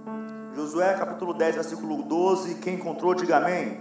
Josué capítulo 10, versículo 12. Quem encontrou, diga amém.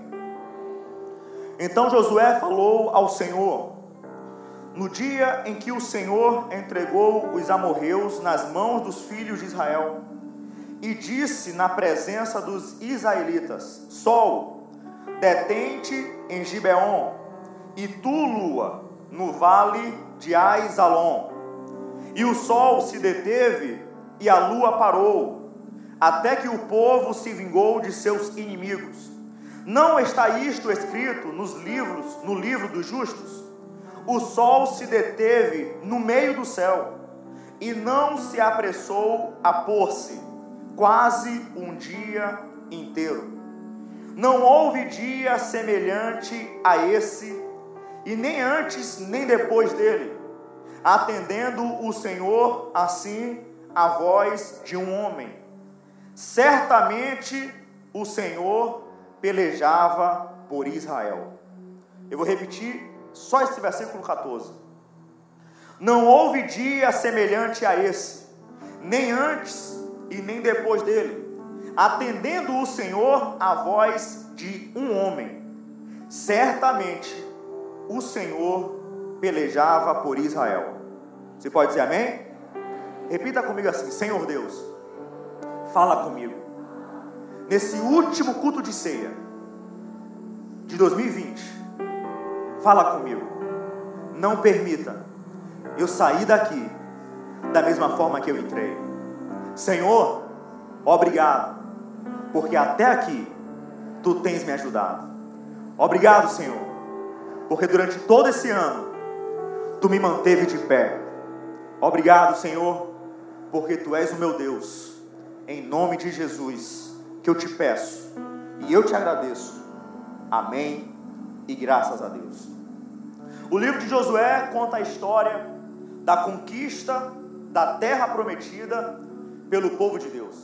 Então Josué falou ao Senhor no dia em que o Senhor entregou os amorreus nas mãos dos filhos de Israel, e disse na presença dos israelitas: Sol, detente em Gibeon, e tu, lua, no vale de Aizalon. E o sol se deteve e a lua parou, até que o povo se vingou de seus inimigos. Não está isto escrito no livro dos justos? O sol se deteve no meio do céu, e não se apressou a pôr-se, quase um dia inteiro. Não houve dia semelhante a esse, e nem antes nem depois dele, atendendo o Senhor assim a voz de um homem. Certamente o Senhor pelejava por Israel. Eu vou repetir só esse versículo 14. Não houve dia semelhante a esse, nem antes e nem depois dele, atendendo o Senhor a voz de um homem. Certamente o Senhor pelejava por Israel. Você pode dizer amém? Repita comigo assim: Senhor Deus, fala comigo. Nesse último culto de ceia de 2020, fala comigo. Não permita eu sair daqui da mesma forma que eu entrei. Senhor, obrigado, porque até aqui tu tens me ajudado. Obrigado, Senhor, porque durante todo esse ano tu me manteve de pé. Obrigado, Senhor, porque tu és o meu Deus. Em nome de Jesus que eu te peço e eu te agradeço. Amém e graças a Deus. O livro de Josué conta a história da conquista da terra prometida pelo povo de Deus.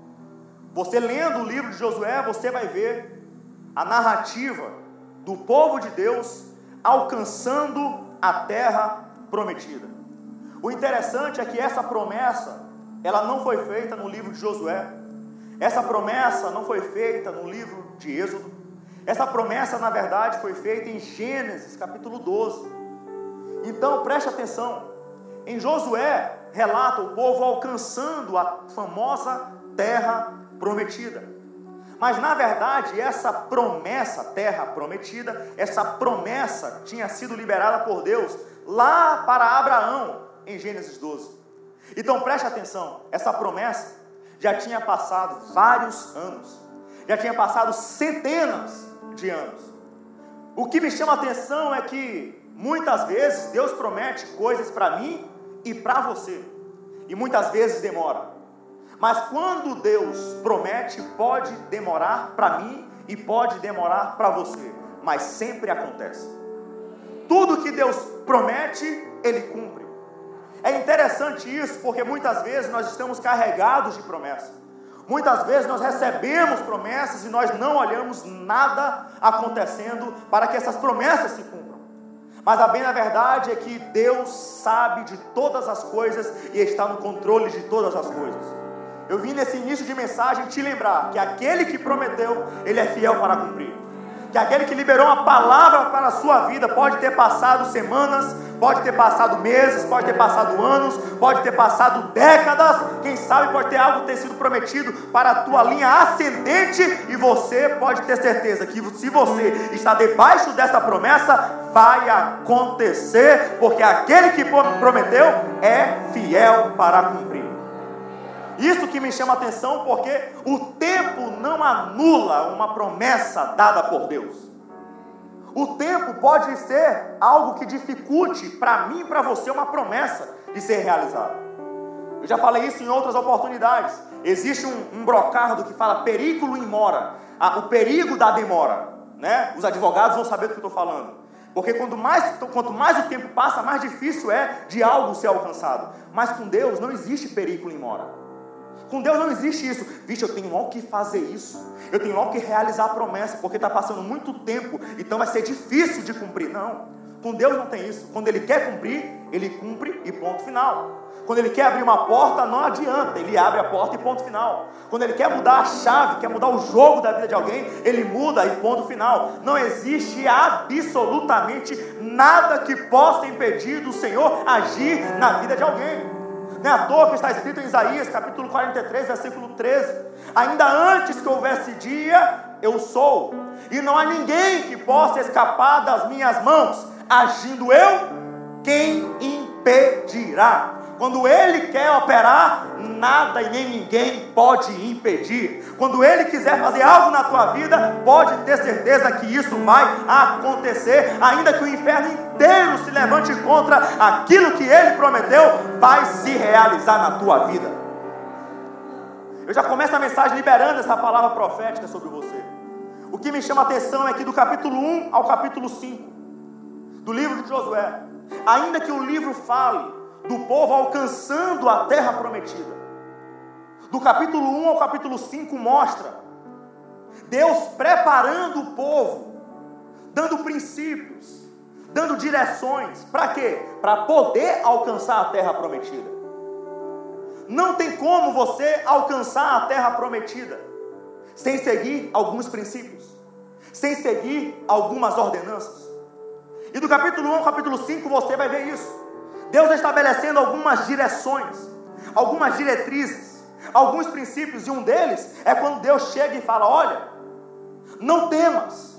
Você lendo o livro de Josué, você vai ver a narrativa do povo de Deus alcançando a terra prometida. O interessante é que essa promessa, ela não foi feita no livro de Josué. Essa promessa não foi feita no livro de Êxodo. Essa promessa, na verdade, foi feita em Gênesis capítulo 12. Então, preste atenção. Em Josué, relata o povo alcançando a famosa terra prometida. Mas, na verdade, essa promessa, terra prometida, essa promessa tinha sido liberada por Deus lá para Abraão, em Gênesis 12. Então, preste atenção. Essa promessa já tinha passado vários anos. Já tinha passado centenas de anos. O que me chama a atenção é que muitas vezes Deus promete coisas para mim e para você, e muitas vezes demora. Mas quando Deus promete, pode demorar para mim e pode demorar para você, mas sempre acontece. Tudo que Deus promete, Ele cumpre. É interessante isso, porque muitas vezes nós estamos carregados de promessas. Muitas vezes nós recebemos promessas e nós não olhamos nada acontecendo para que essas promessas se cumpram. Mas a bem na verdade é que Deus sabe de todas as coisas e está no controle de todas as coisas. Eu vim nesse início de mensagem te lembrar que aquele que prometeu, Ele é fiel para cumprir. Que aquele que liberou uma palavra para a sua vida pode ter passado semanas, pode ter passado meses, pode ter passado anos, pode ter passado décadas, quem sabe pode ter algo ter sido prometido para a tua linha ascendente, e você pode ter certeza que se você está debaixo dessa promessa, vai acontecer, porque aquele que prometeu é fiel para cumprir. Isso que me chama a atenção, porque o tempo não anula uma promessa dada por Deus. O tempo pode ser algo que dificulte para mim e para você uma promessa de ser realizada. Eu já falei isso em outras oportunidades. Existe um brocardo que fala periculo in mora, o perigo da demora, né? Os advogados vão saber do que eu estou falando. Porque quanto mais o tempo passa, mais difícil é de algo ser alcançado. Mas com Deus não existe periculo in mora. Com Deus não existe isso. Vixe, eu tenho logo que fazer isso. Eu tenho logo que realizar a promessa, porque está passando muito tempo, então vai ser difícil de cumprir. Não, com Deus não tem isso. Quando Ele quer cumprir, ele cumpre e ponto final. Quando ele quer abrir uma porta, não adianta, ele abre a porta e ponto final. Quando ele quer mudar a chave, quer mudar o jogo da vida de alguém, ele muda e ponto final. Não existe absolutamente nada que possa impedir do Senhor agir na vida de alguém. Não é à toa que está escrito em Isaías, capítulo 43, versículo 13: ainda antes que houvesse dia, eu sou, e não há ninguém que possa escapar das minhas mãos. Agindo eu, quem impedirá? Quando Ele quer operar, nada e nem ninguém pode impedir. Quando Ele quiser fazer algo na tua vida, pode ter certeza que isso vai acontecer. Ainda que o inferno inteiro se levante contra aquilo que Ele prometeu, vai se realizar na tua vida. Eu já começo a mensagem liberando essa palavra profética sobre você. O que me chama a atenção é que do capítulo 1 ao capítulo 5 do livro de Josué, ainda que o livro fale do povo alcançando a terra prometida, do capítulo 1 ao capítulo 5 mostra Deus preparando o povo, dando princípios, dando direções. Para quê? Para poder alcançar a terra prometida. Não tem como você alcançar a terra prometida sem seguir alguns princípios, sem seguir algumas ordenanças. E do capítulo 1 ao capítulo 5 você vai ver isso. Deus estabelecendo algumas direções, algumas diretrizes, alguns princípios, e um deles é quando Deus chega e fala: olha, não temas,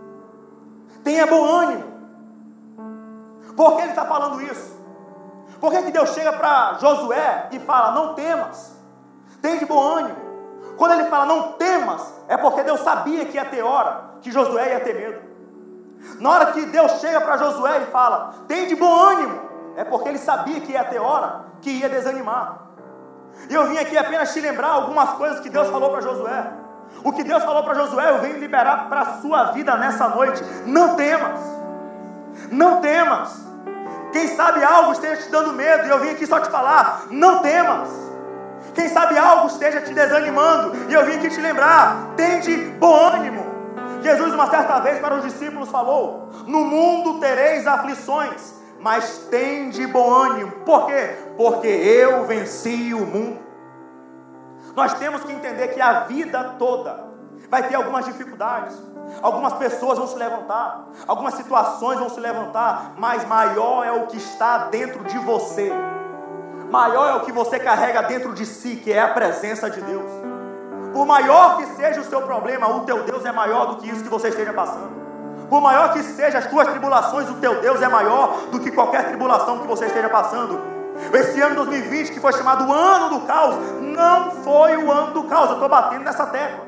tenha bom ânimo. Por que Ele está falando isso? Por que Deus chega para Josué e fala: não temas, tenha de bom ânimo? Quando Ele fala não temas, é porque Deus sabia que ia ter hora que Josué ia ter medo. Na hora que Deus chega para Josué e fala: tenha de bom ânimo, é porque Ele sabia que ia ter hora que ia desanimar. E eu vim aqui apenas te lembrar algumas coisas que Deus falou para Josué. O que Deus falou para Josué, eu venho liberar para a sua vida nessa noite. Não temas, não temas. Quem sabe algo esteja te dando medo, e eu vim aqui só te falar: não temas. Quem sabe algo esteja te desanimando, e eu vim aqui te lembrar: tende bom ânimo. Jesus uma certa vez para os discípulos falou: no mundo tereis aflições, mas tende bom ânimo. Por quê? Porque eu venci o mundo. Nós temos que entender que a vida toda vai ter algumas dificuldades. Algumas pessoas vão se levantar, algumas situações vão se levantar, mas maior é o que está dentro de você. Maior é o que você carrega dentro de si, que é a presença de Deus. Por maior que seja o seu problema, o teu Deus é maior do que isso que você esteja passando. Por maior que sejam as tuas tribulações, o teu Deus é maior do que qualquer tribulação que você esteja passando. Esse ano 2020, que foi chamado o ano do caos, não foi o ano do caos. Eu estou batendo nessa tecla.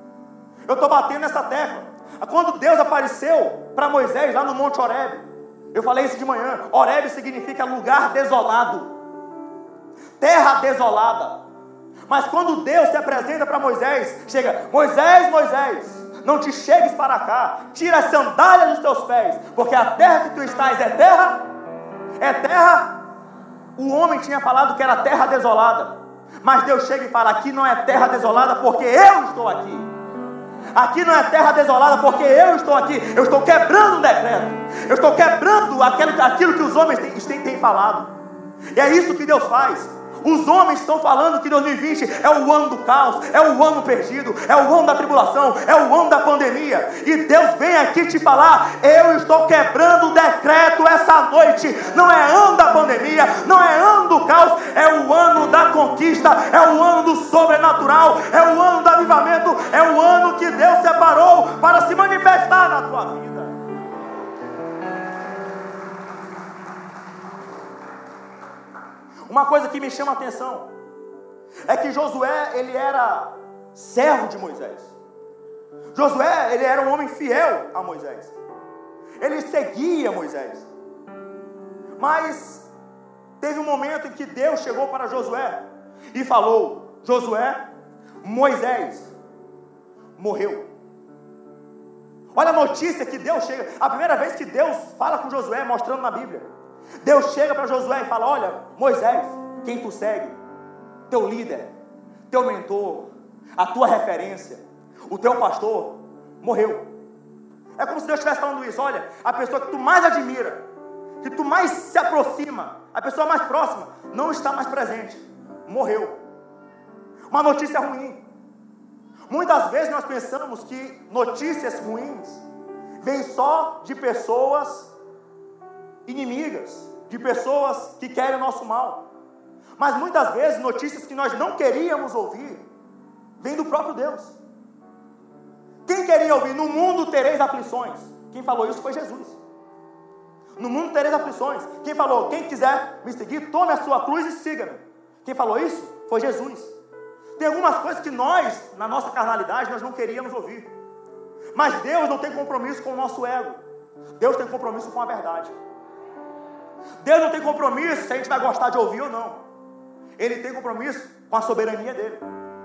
Quando Deus apareceu para Moisés lá no Monte Horebe, eu falei isso de manhã. Horebe significa lugar desolado, terra desolada. Mas quando Deus se apresenta para Moisés, chega: Moisés, Moisés, não te chegues para cá, tira as sandálias dos teus pés, porque a terra que tu estás é terra. O homem tinha falado que era terra desolada, mas Deus chega e fala: aqui não é terra desolada, porque eu estou aqui. Aqui não é terra desolada, porque eu estou aqui. Eu estou quebrando um decreto, eu estou quebrando aquilo que os homens têm falado. E é isso que Deus faz. Os homens estão falando que 2020 é o ano do caos, é o ano perdido, é o ano da tribulação, é o ano da pandemia. E Deus vem aqui te falar: eu estou quebrando o decreto essa noite. Não é ano da pandemia, não é ano do caos, é o ano da conquista, é o ano do sobrenatural, é o ano do avivamento, é o ano que Deus separou para se manifestar na tua vida. Uma coisa que me chama a atenção é que Josué, ele era servo de Moisés. Josué, ele era um homem fiel a Moisés. Ele seguia Moisés. Mas teve um momento em que Deus chegou para Josué e falou: Josué, Moisés morreu. Olha a notícia que Deus chega. A primeira vez que Deus fala com Josué, mostrando na Bíblia, Deus chega para Josué e fala: olha, Moisés, quem tu segue, teu líder, teu mentor, a tua referência, o teu pastor, morreu. É como se Deus estivesse falando isso: olha, a pessoa que tu mais admira, que tu mais se aproxima, a pessoa mais próxima, não está mais presente, morreu. Uma notícia ruim. Muitas vezes nós pensamos que notícias ruins vêm só de pessoas inimigas, de pessoas que querem o nosso mal. Mas muitas vezes notícias que nós não queríamos ouvir vêm do próprio Deus. Quem queria ouvir? No mundo tereis aflições. Quem falou isso foi Jesus. No mundo tereis aflições. Quem falou? Quem quiser me seguir, tome a sua cruz e siga-me. Quem falou isso foi Jesus. Tem algumas coisas que nós, na nossa carnalidade, nós não queríamos ouvir. Mas Deus não tem compromisso com o nosso ego. Deus tem compromisso com a verdade. Deus não tem compromisso se a gente vai gostar de ouvir ou não. Ele tem compromisso com a soberania dele.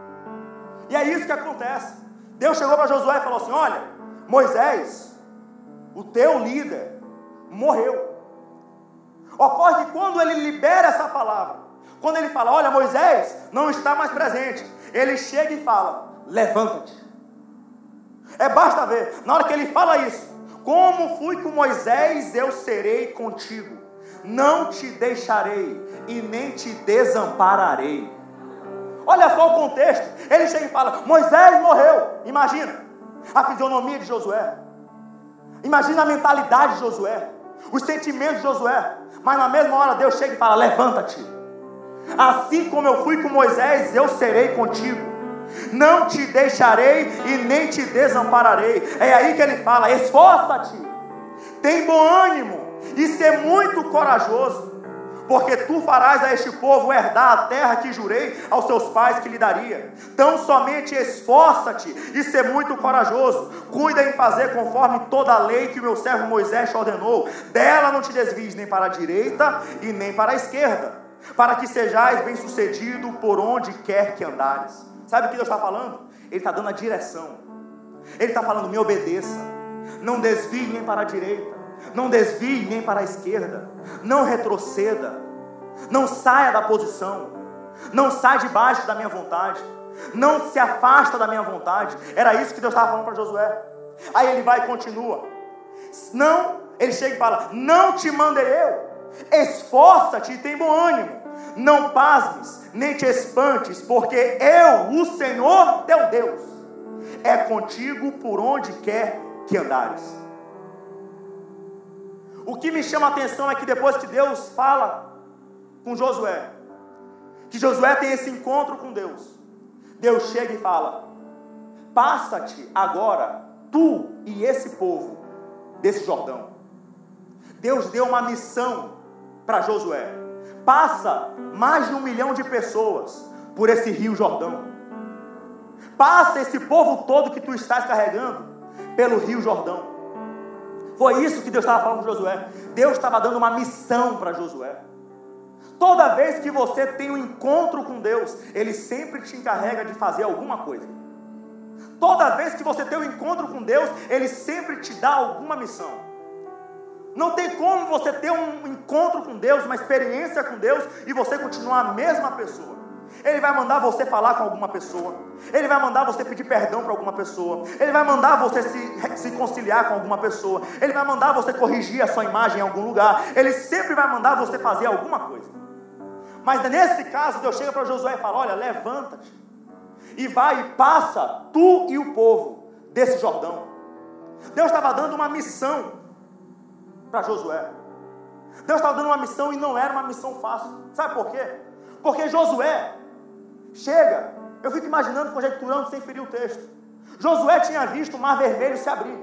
E é isso que acontece. Deus chegou para Josué e falou assim: olha, Moisés, o teu líder, morreu. Ocorre que quando ele libera essa palavra, quando ele fala, olha, Moisés não está mais presente, ele chega e fala, levanta-te. Basta ver, na hora que ele fala isso, como fui com Moisés, eu serei contigo, não te deixarei e nem te desampararei. Olha só o contexto, ele chega e fala, Moisés morreu. Imagina a fisionomia de Josué, imagina a mentalidade de Josué, os sentimentos de Josué, mas na mesma hora Deus chega e fala, levanta-te. Assim como eu fui com Moisés, eu serei contigo, não te deixarei e nem te desampararei. É aí que ele fala, esforça-te, tem bom ânimo e ser muito corajoso, porque tu farás a este povo herdar a terra que jurei aos seus pais que lhe daria. Tão somente esforça-te e ser muito corajoso, cuida em fazer conforme toda a lei que o meu servo Moisés te ordenou. Dela não te desvies nem para a direita e nem para a esquerda, para que sejais bem sucedido por onde quer que andares. Sabe o que Deus está falando? Ele está dando a direção. Ele está falando, me obedeça, não desvie nem para a direita, não desvie nem para a esquerda, não retroceda, não saia da posição, não sai debaixo da minha vontade, não se afasta da minha vontade. Era isso que Deus estava falando para Josué. Aí ele vai e continua, não, ele chega e fala, não te mandei eu, esforça-te e tem bom ânimo, não pasmes, nem te espantes, porque eu, o Senhor teu Deus, é contigo por onde quer que andares. O que me chama a atenção é que depois que Deus fala com Josué, que Josué tem esse encontro com Deus, Deus chega e fala, passa-te agora, tu e esse povo, desse Jordão. Deus deu uma missão para Josué, passa mais de 1 milhão de pessoas por esse rio Jordão, passa esse povo todo que tu estás carregando pelo rio Jordão. Foi isso que Deus estava falando com Josué. Deus estava dando uma missão para Josué. Toda vez que você tem um encontro com Deus, Ele sempre te encarrega de fazer alguma coisa. Toda vez que você tem um encontro com Deus, Ele sempre te dá alguma missão. Não tem como você ter um encontro com Deus, uma experiência com Deus, e você continuar a mesma pessoa. Ele vai mandar você falar com alguma pessoa, Ele vai mandar você pedir perdão para alguma pessoa, Ele vai mandar você se conciliar com alguma pessoa, Ele vai mandar você corrigir a sua imagem em algum lugar, Ele sempre vai mandar você fazer alguma coisa. Mas nesse caso, Deus chega para Josué e fala, olha, levanta-te, e vai e passa tu e o povo desse Jordão. Deus estava dando uma missão para Josué. Deus estava dando uma missão e não era uma missão fácil. Sabe por quê? Porque Josué chega, eu fico imaginando, conjecturando sem ferir o texto. Josué tinha visto o Mar Vermelho se abrir.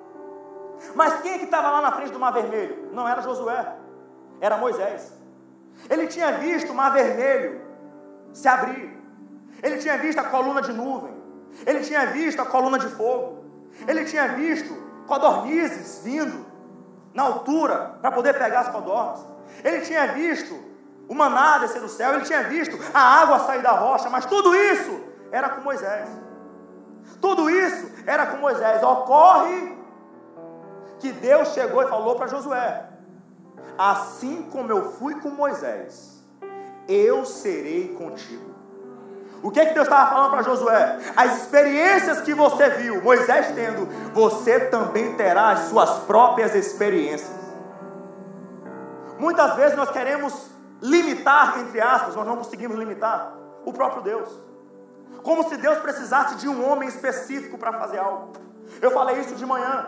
Mas quem é que estava lá na frente do Mar Vermelho? Não era Josué, era Moisés. Ele tinha visto o Mar Vermelho se abrir. Ele tinha visto a coluna de nuvem. Ele tinha visto a coluna de fogo. Ele tinha visto codornizes vindo na altura para poder pegar as codornas. Ele tinha visto o maná descer do céu. Ele tinha visto a água sair da rocha. Mas tudo isso era com Moisés. Tudo isso era com Moisés. Ocorre que Deus chegou e falou para Josué, assim como eu fui com Moisés, eu serei contigo. O que Deus estava falando para Josué? As experiências que você viu Moisés tendo, você também terá as suas próprias experiências. Muitas vezes nós queremos limitar, entre aspas, nós não conseguimos limitar o próprio Deus. Como se Deus precisasse de um homem específico para fazer algo. Eu falei isso de manhã.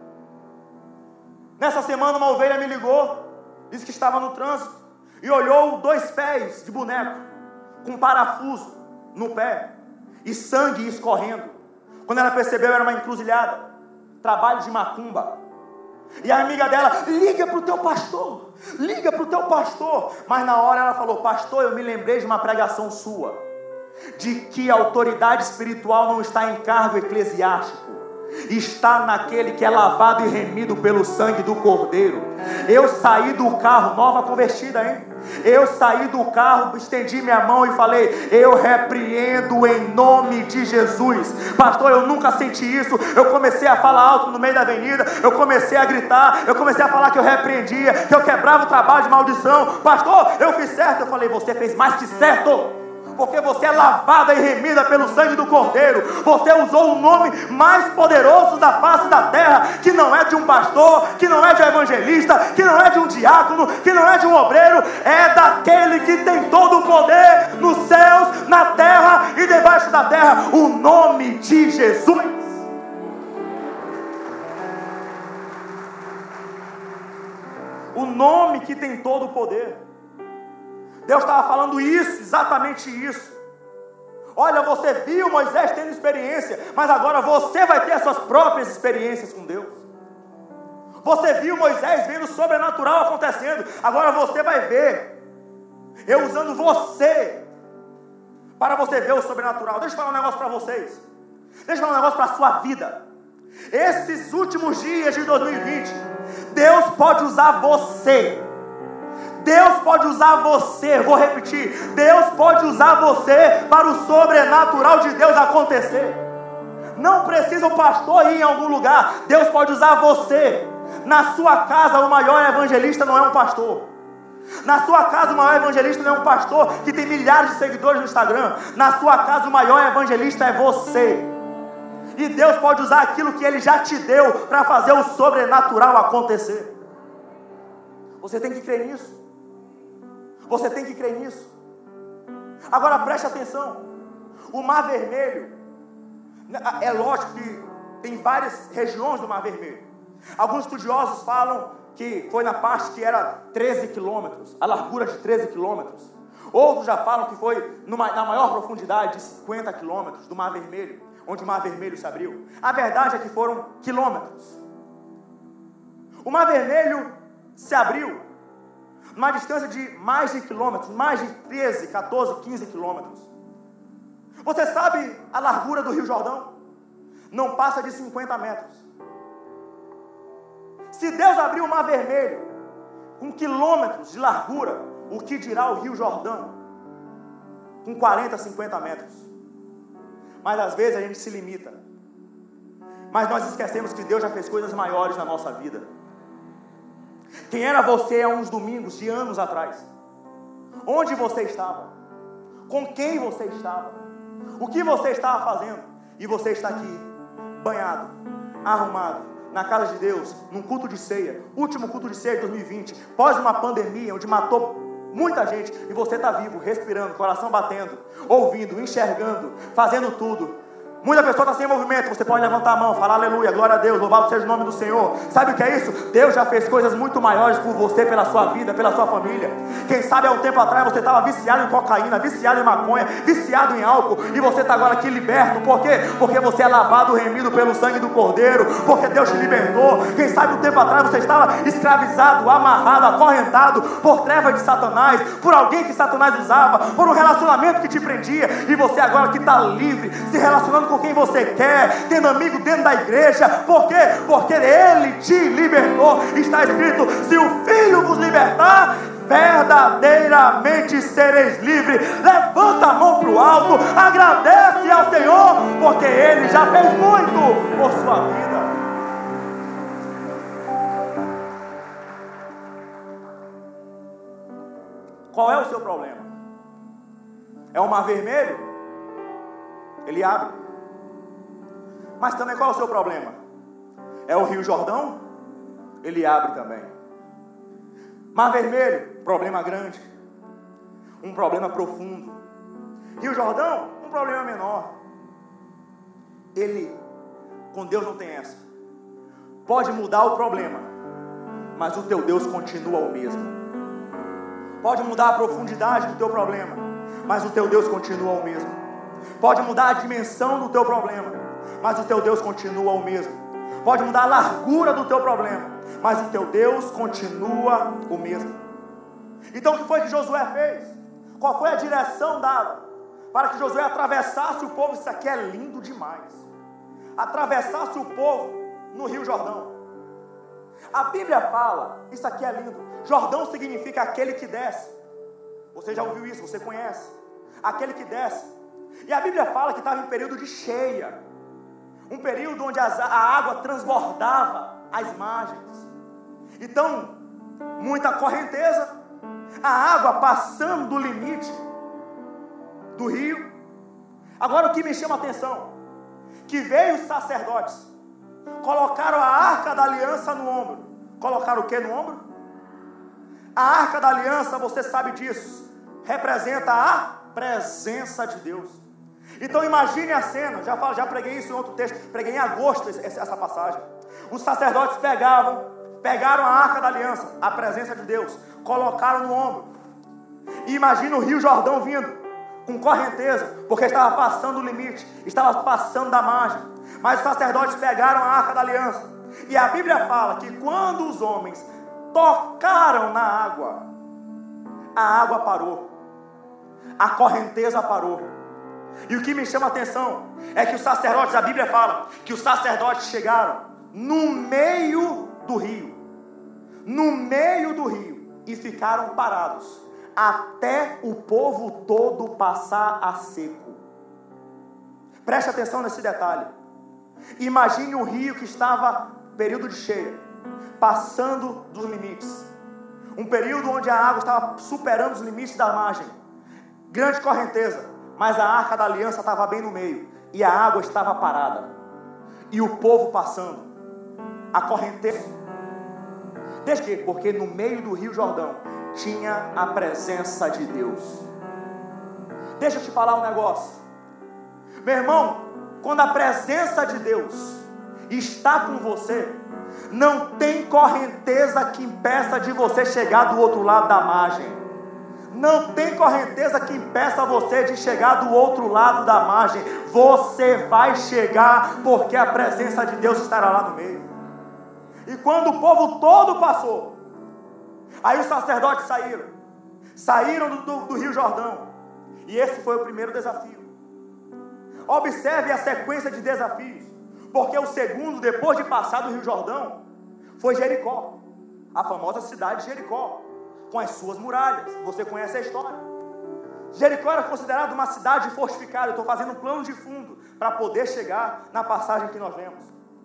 Nessa semana uma ovelha me ligou, disse que estava no trânsito e olhou 2 pés de boneco com parafuso no pé e sangue escorrendo. Quando ela percebeu, era uma encruzilhada, trabalho de macumba. E a amiga dela: liga para o teu pastor, liga para o teu pastor. Mas na hora ela falou: pastor, eu me lembrei de uma pregação sua, de que a autoridade espiritual não está em cargo eclesiástico, está naquele que é lavado e remido pelo sangue do Cordeiro. Eu saí do carro, nova convertida, hein? Eu saí do carro, estendi minha mão e falei: eu repreendo em nome de Jesus. Pastor, eu nunca senti isso. Eu comecei a falar alto no meio da avenida, eu comecei a gritar, eu comecei a falar que eu repreendia, que eu quebrava o trabalho de maldição. Pastor, eu fiz certo. Eu falei: você fez mais que certo, porque você é lavada e remida pelo sangue do Cordeiro. Você usou o nome mais poderoso da face da terra, que não é de um pastor, que não é de um evangelista, que não é de um diácono, que não é de um obreiro, é daquele que tem todo o poder nos céus, na terra e debaixo da terra, o nome de Jesus. O nome que tem todo o poder. Deus estava falando isso, exatamente isso. Olha, você viu Moisés tendo experiência, mas agora você vai ter as suas próprias experiências com Deus. Você viu Moisés vendo o sobrenatural acontecendo, agora você vai ver eu usando você para você ver o sobrenatural. Deixa eu falar um negócio para vocês. Deixa eu falar um negócio para a sua vida. Esses últimos dias de 2020, Deus pode usar você. Deus pode usar você, vou repetir, Deus pode usar você para o sobrenatural de Deus acontecer. Não precisa o pastor ir em algum lugar, Deus pode usar você. Na sua casa o maior evangelista não é um pastor. Na sua casa o maior evangelista não é um pastor que tem milhares de seguidores no Instagram. Na sua casa o maior evangelista é você. E Deus pode usar aquilo que Ele já te deu para fazer o sobrenatural acontecer. Você tem que crer nisso. Você tem que crer nisso. Agora preste atenção. O Mar Vermelho, é lógico que tem várias regiões do Mar Vermelho. Alguns estudiosos falam que foi na parte que era 13 quilômetros, a largura de 13 quilômetros. Outros já falam que foi na maior profundidade de 50 quilômetros do Mar Vermelho, onde o Mar Vermelho se abriu. A verdade é que foram quilômetros. O Mar Vermelho se abriu numa distância de mais de quilômetros, mais de 13, 14, 15 quilômetros. Você sabe a largura do Rio Jordão? Não passa de 50 metros. Se Deus abriu o Mar Vermelho com quilômetros de largura, o que dirá o Rio Jordão com 40, 50 metros? Mas às vezes a gente se limita. Mas nós esquecemos que Deus já fez coisas maiores na nossa vida. Quem era você há uns domingos de anos atrás? Onde você estava? Com quem você estava? O que você estava fazendo? E você está aqui, banhado, arrumado, na casa de Deus, num culto de ceia, último culto de ceia de 2020, pós uma pandemia onde matou muita gente, e você está vivo, respirando, coração batendo, ouvindo, enxergando, fazendo tudo. Muita pessoa está sem movimento. Você pode levantar a mão, falar aleluia, glória a Deus, louvado seja o nome do Senhor. Sabe o que é isso? Deus já fez coisas muito maiores por você, pela sua vida, pela sua família. Quem sabe há um tempo atrás você estava viciado em cocaína, viciado em maconha, viciado em álcool, e você está agora aqui liberto. Por quê? Porque você é lavado, remido pelo sangue do Cordeiro, porque Deus te libertou. Quem sabe um tempo atrás você estava escravizado, amarrado, acorrentado por trevas de Satanás, por alguém que Satanás usava, por um relacionamento que te prendia, e você agora que está livre, se relacionando com quem você quer, tendo amigo dentro da igreja. Por quê? Porque Ele te libertou. Está escrito: se o Filho vos libertar, verdadeiramente sereis livres. Levanta a mão para o alto, agradece ao Senhor, porque Ele já fez muito por sua vida. Qual é o seu problema? É o Mar Vermelho? Ele abre. Mas também qual é o seu problema? É o Rio Jordão? Ele abre também. Mar Vermelho, problema grande, um problema profundo. Rio Jordão, um problema menor. Com Deus não tem essa. Pode mudar o problema, mas o teu Deus continua o mesmo. Pode mudar a profundidade do teu problema, mas o teu Deus continua o mesmo. Pode mudar a dimensão do teu problema, mas o teu Deus continua o mesmo. Pode mudar a largura do teu problema, mas o teu Deus continua o mesmo. Então o que foi que Josué fez? Qual foi a direção dada para que Josué atravessasse o povo? Isso aqui é lindo demais. Atravessasse o povo no Rio Jordão. A Bíblia fala, isso aqui é lindo, Jordão significa aquele que desce. Você já ouviu isso, você conhece. Aquele que desce. E a Bíblia fala que estava em período de cheia, um período onde a água transbordava as margens. Então, muita correnteza, a água passando do limite do rio. Agora o que me chama a atenção, que veio os sacerdotes, colocaram a arca da aliança no ombro. Colocaram o que no ombro? A arca da aliança, você sabe disso, representa a presença de Deus. Então imagine a cena, já preguei isso em outro texto, preguei em agosto essa passagem. Os sacerdotes pegaram a arca da aliança, a presença de Deus, colocaram no ombro. E imagine o Rio Jordão vindo com correnteza, porque estava passando o limite, estava passando da margem. Mas os sacerdotes pegaram a arca da aliança. E a Bíblia fala que quando os homens tocaram na água, a água parou, a correnteza parou. E o que me chama a atenção é que os sacerdotes, a Bíblia fala que os sacerdotes chegaram no meio do rio, e ficaram parados até o povo todo passar a seco. Preste atenção nesse detalhe. Imagine um rio que estava período de cheia, passando dos limites, um período onde a água estava superando os limites da margem, grande correnteza, mas a arca da aliança estava bem no meio, e a água estava parada, e o povo passando, a correnteza. Desde que? Porque no meio do Rio Jordão tinha a presença de Deus. Deixa eu te falar um negócio, meu irmão, quando a presença de Deus está com você, não tem correnteza que impeça de você chegar do outro lado da margem. Não tem correnteza que impeça você de chegar do outro lado da margem. Você vai chegar, porque a presença de Deus estará lá no meio. E quando o povo todo passou, aí os sacerdotes saíram do Rio Jordão. E esse foi o primeiro desafio. Observe a sequência de desafios, porque o segundo, depois de passar do Rio Jordão, foi Jericó, a famosa cidade de Jericó, com as suas muralhas. Você conhece a história. Jericó era considerada uma cidade fortificada. Eu estou fazendo um plano de fundo para poder chegar na passagem que nós lemos.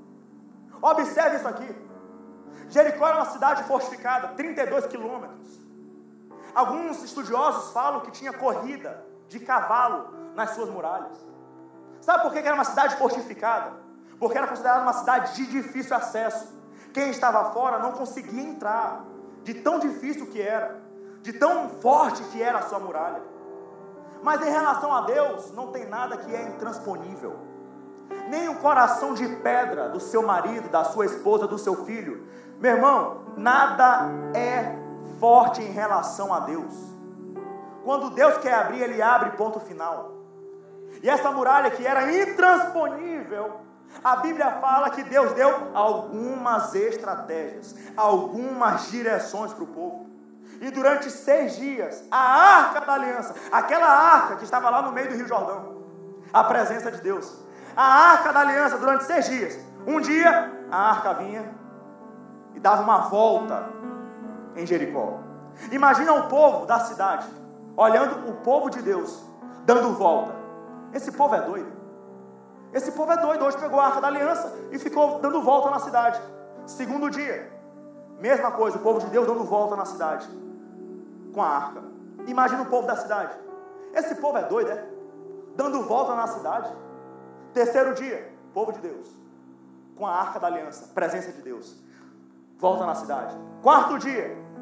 Observe isso aqui. Jericó era uma cidade fortificada, 32 quilômetros. Alguns estudiosos falam que tinha corrida de cavalo nas suas muralhas. Sabe por que era uma cidade fortificada? Porque era considerada uma cidade de difícil acesso. Quem estava fora não conseguia entrar, de tão difícil que era, de tão forte que era a sua muralha. Mas em relação a Deus, não tem nada que é intransponível. Nem o coração de pedra do seu marido, da sua esposa, do seu filho. Meu irmão, nada é forte em relação a Deus. Quando Deus quer abrir, Ele abre, ponto final. E essa muralha que era intransponível, a Bíblia fala que Deus deu algumas estratégias, algumas direções para o povo. E durante 6 dias, a arca da aliança, aquela arca que estava lá no meio do Rio Jordão, a presença de Deus, a arca da aliança durante 6 dias. Um dia, a arca vinha e dava uma volta em Jericó. Imagina o povo da cidade, olhando o povo de Deus, dando volta. Esse povo é doido. Esse povo é doido. Hoje pegou a arca da aliança e ficou dando volta na cidade. Segundo dia, mesma coisa, o povo de Deus dando volta na cidade com a arca. Imagina o povo da cidade. Esse povo é doido, é? Dando volta na cidade. Terceiro dia, povo de Deus com a arca da aliança, presença de Deus, volta na cidade. Quarto dia,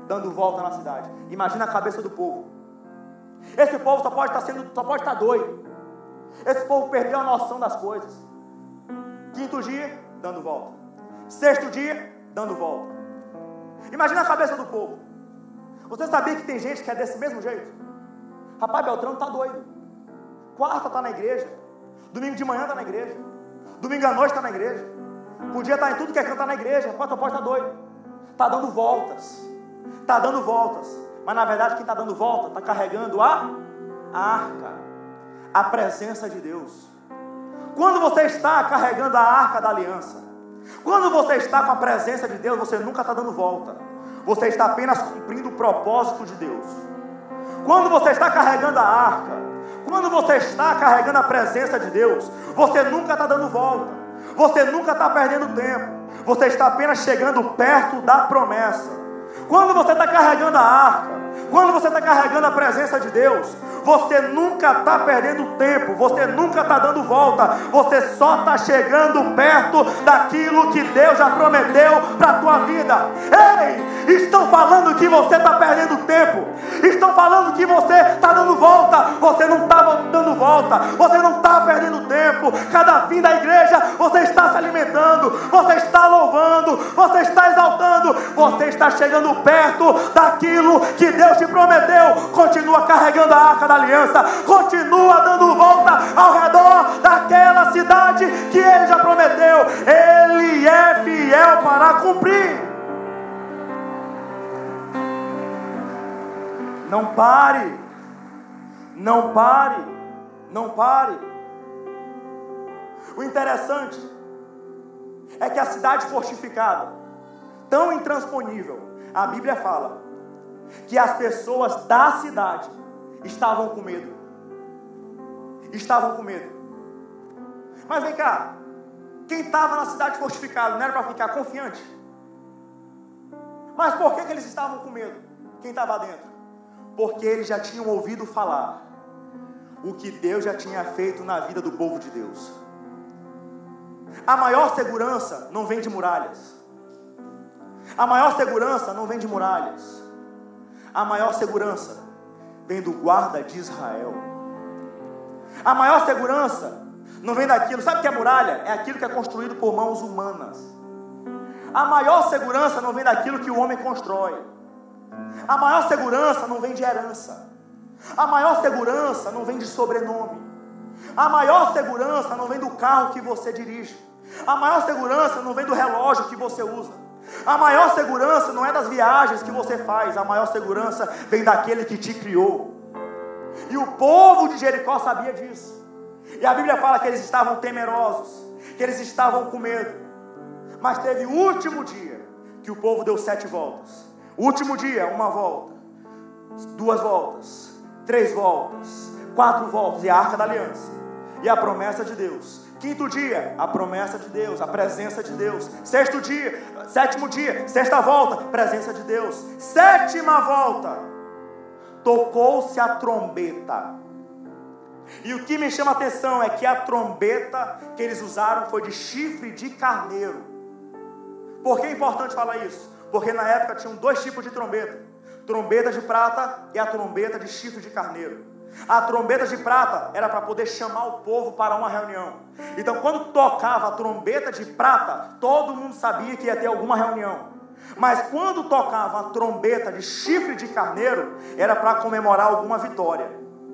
dando volta na cidade. Imagina a cabeça do povo. Esse povo só pode estar doido. Esse povo perdeu a noção das coisas. Quinto dia, dando volta. Sexto dia, dando volta. Imagina a cabeça do povo. Você sabia que tem gente que é desse mesmo jeito? Rapaz, Beltrano está doido. Quarta está na igreja. Domingo de manhã está na igreja. Domingo à noite está na igreja. Podia estar em tudo que é canto, está na igreja. Rapaz, só pode estar doido. Está dando voltas. Está dando voltas. Mas na verdade quem está dando volta está carregando a arca, a presença de Deus. Quando você está carregando a arca da aliança, quando você está com a presença de Deus, você nunca está dando volta. Você está apenas cumprindo o propósito de Deus. Quando você está carregando a arca, quando você está carregando a presença de Deus, você nunca está dando volta. Você nunca está perdendo tempo. Você está apenas chegando perto da promessa. Quando você está carregando a arca, quando você está carregando a presença de Deus, você nunca está perdendo tempo, você nunca está dando volta, você só está chegando perto daquilo que Deus já prometeu para a tua vida. Ei, estão falando que você está perdendo tempo, estão falando que você está dando volta, você não está dando volta, você não está perdendo tempo. Cada fim da igreja você está se alimentando, você está louvando, você está exaltando, você está chegando perto daquilo que Deus te prometeu. Continua carregando a arca da aliança, continua dando volta ao redor daquela cidade que Ele já prometeu. Ele é fiel para cumprir. Não pare, não pare, não pare. O interessante é que a cidade fortificada, tão intransponível, a Bíblia fala que as pessoas da cidade estavam com medo. Estavam com medo. Mas vem cá, quem estava na cidade fortificada não era para ficar confiante? Mas por que eles estavam com medo? Quem estava dentro? Porque eles já tinham ouvido falar o que Deus já tinha feito na vida do povo de Deus. A maior segurança não vem de muralhas. A maior segurança não vem de muralhas. A maior segurança vem do guarda de Israel. A maior segurança não vem daquilo. Sabe o que é muralha? É aquilo que é construído por mãos humanas. A maior segurança não vem daquilo que o homem constrói. A maior segurança não vem de herança. A maior segurança não vem de sobrenome. A maior segurança não vem do carro que você dirige. A maior segurança não vem do relógio que você usa. A maior segurança não é das viagens que você faz. A maior segurança vem daquele que te criou. E o povo de Jericó sabia disso. E a Bíblia fala que eles estavam temerosos, que eles estavam com medo. Mas teve o último dia que o povo deu 7 voltas. O último dia, 1 volta, 2 voltas, 3 voltas, 4 voltas. E a arca da aliança e a promessa de Deus. Quinto dia, a promessa de Deus, a presença de Deus. Sexto dia, sétimo dia, sexta volta, presença de Deus. Sétima volta, tocou-se a trombeta. E o que me chama a atenção é que a trombeta que eles usaram foi de chifre de carneiro. Por que é importante falar isso? Porque na época tinham 2 tipos de trombeta: trombeta de prata e a trombeta de chifre de carneiro. A trombeta de prata era para poder chamar o povo para uma reunião. Então quando tocava a trombeta de prata, todo mundo sabia que ia ter alguma reunião. Mas quando tocava a trombeta de chifre de carneiro, era para comemorar alguma vitória.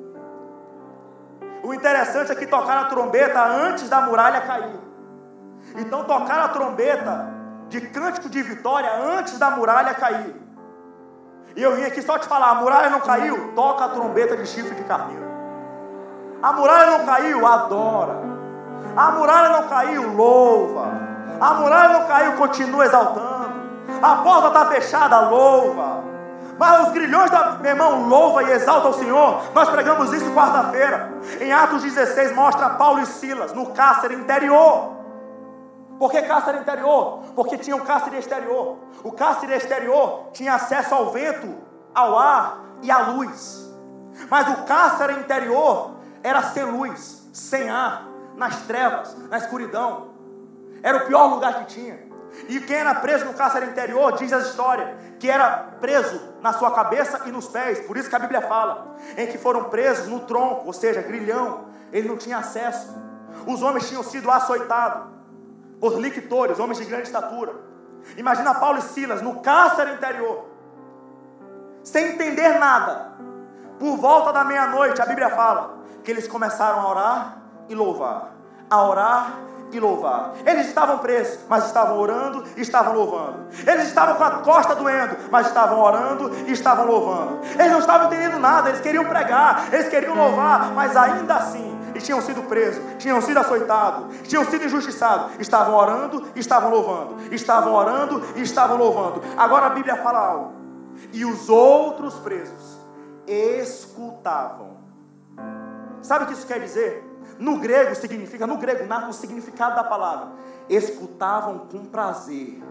O interessante é que tocaram a trombeta antes da muralha cair. Então tocaram a trombeta de cântico de vitória antes da muralha cair. E eu vim aqui só te falar: a muralha não caiu, toca a trombeta de chifre de carneiro. A muralha não caiu, adora. A muralha não caiu, louva. A muralha não caiu, continua exaltando. A porta está fechada, louva. Mas os grilhões meu irmão, louva e exalta o Senhor. Nós pregamos isso quarta-feira. Em Atos 16 mostra Paulo e Silas no cárcere interior. Por que cárcere interior? Porque tinha um cárcere exterior. O cárcere exterior tinha acesso ao vento, ao ar e à luz. Mas o cárcere interior era sem luz, sem ar, nas trevas, na escuridão. Era o pior lugar que tinha. E quem era preso no cárcere interior, diz a história, que era preso na sua cabeça e nos pés. Por isso que a Bíblia fala, em que foram presos no tronco, ou seja, grilhão. Ele não tinha acesso. Os homens tinham sido açoitados por lictores, homens de grande estatura. Imagina Paulo e Silas no cárcere interior, sem entender nada. Por volta da meia-noite, a Bíblia fala que eles começaram a orar e louvar. A orar e louvar. Eles estavam presos, mas estavam orando e estavam louvando. Eles estavam com a costa doendo, mas estavam orando e estavam louvando. Eles não estavam entendendo nada, eles queriam pregar, eles queriam louvar, mas ainda assim, e tinham sido presos, tinham sido açoitados, tinham sido injustiçados, estavam orando e estavam louvando, estavam orando e estavam louvando. Agora a Bíblia fala algo, e os outros presos escutavam. Sabe o que isso quer dizer? No grego significa, no significado da palavra, escutavam com prazer.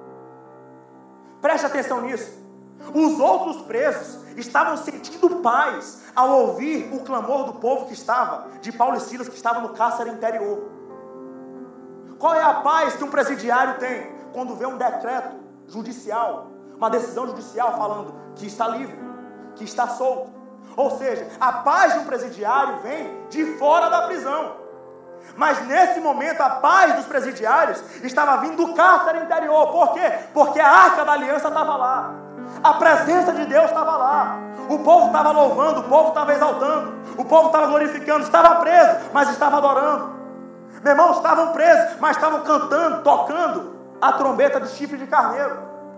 Preste atenção nisso. Os outros presos estavam sentindo paz ao ouvir o clamor do povo que estava, de Paulo e Silas, que estavam no cárcere interior. Qual é a paz que um presidiário tem quando vê um decreto judicial, uma decisão judicial falando que está livre, que está solto? Ou seja, a paz de um presidiário vem de fora da prisão. Mas nesse momento a paz dos presidiários estava vindo do cárcere interior. Por quê? Porque a arca da aliança estava lá, a presença de Deus estava lá, o povo estava louvando, o povo estava exaltando, o povo estava glorificando. Estava preso, mas estava adorando. Meu irmão, estavam presos, mas estavam cantando, tocando a trombeta do chifre de carneiro.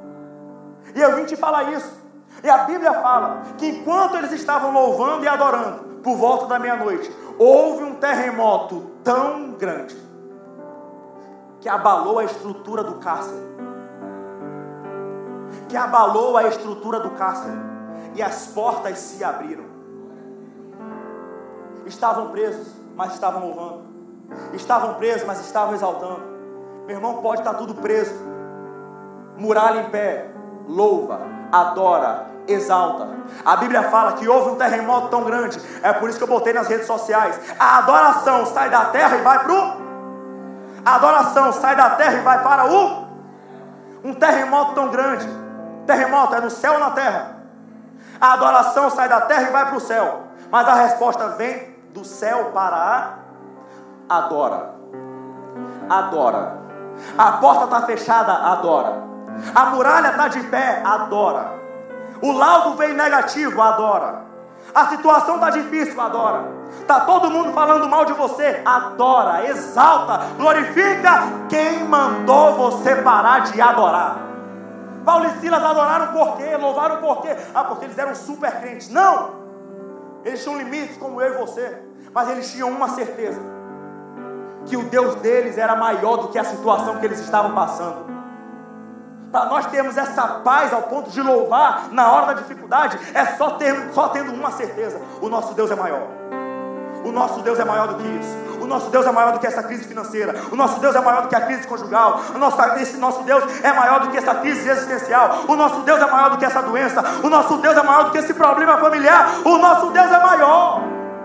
E eu vim te falar isso. E a Bíblia fala que enquanto eles estavam louvando e adorando, por volta da meia-noite, houve um terremoto tão grande que abalou a estrutura do cárcere. E as portas se abriram. Estavam presos, mas estavam louvando. Estavam presos, mas estavam exaltando. Meu irmão, pode estar tudo preso, muralha em pé, louva, adora, exalta. A Bíblia fala que houve um terremoto tão grande. É por isso que eu botei nas redes sociais. A adoração sai da terra e vai para um terremoto tão grande. Terremoto é no céu ou na terra? A adoração sai da terra e vai para o céu. Mas a resposta vem do céu para a adora. A porta está fechada, adora. A muralha está de pé, adora. O laudo veio negativo, adora. A situação está difícil, adora. Está todo mundo falando mal de você, adora, exalta, glorifica quem mandou você parar de adorar. Paulo e Silas adoraram por quê? Louvaram por quê? Porque eles eram super crentes. Não! Eles tinham limites como eu e você, mas eles tinham uma certeza, que o Deus deles era maior do que a situação que eles estavam passando. Para nós termos essa paz ao ponto de louvar na hora da dificuldade, é só tendo uma certeza: o nosso Deus é maior. O nosso Deus é maior do que isso. O nosso Deus é maior do que essa crise financeira. O nosso Deus é maior do que a crise conjugal. Esse nosso Deus é maior do que essa crise existencial. O nosso Deus é maior do que essa doença. O nosso Deus é maior do que esse problema familiar. O nosso Deus é maior.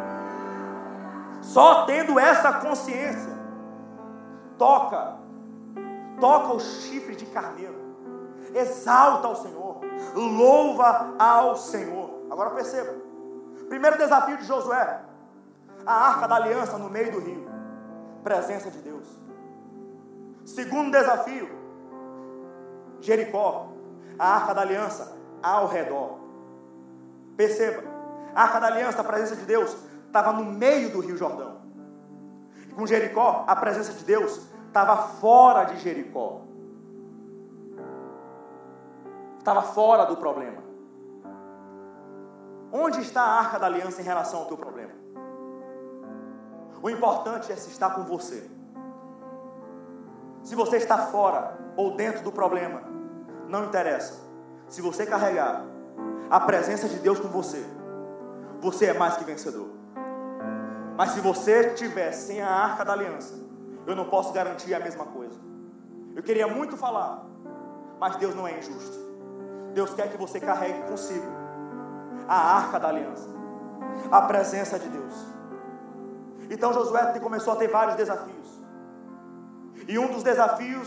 Só tendo essa consciência, toca o chifre de carneiro, exalta ao Senhor, louva ao Senhor. Agora perceba, primeiro desafio de Josué, a arca da aliança no meio do rio, presença de Deus. Segundo desafio, Jericó, a arca da aliança ao redor. Perceba, a arca da aliança, a presença de Deus, estava no meio do rio Jordão. E com Jericó, a presença de Deus estava fora de Jericó. Estava fora do problema. Onde está a arca da aliança em relação ao teu problema? O importante é se está com você. Se você está fora ou dentro do problema, não interessa. Se você carregar a presença de Deus com você, você é mais que vencedor. Mas se você estiver sem a arca da aliança, eu não posso garantir a mesma coisa. Eu queria muito falar, mas Deus não é injusto. Deus quer que você carregue consigo a arca da aliança, a presença de Deus. Então Josué começou a ter vários desafios. E um dos desafios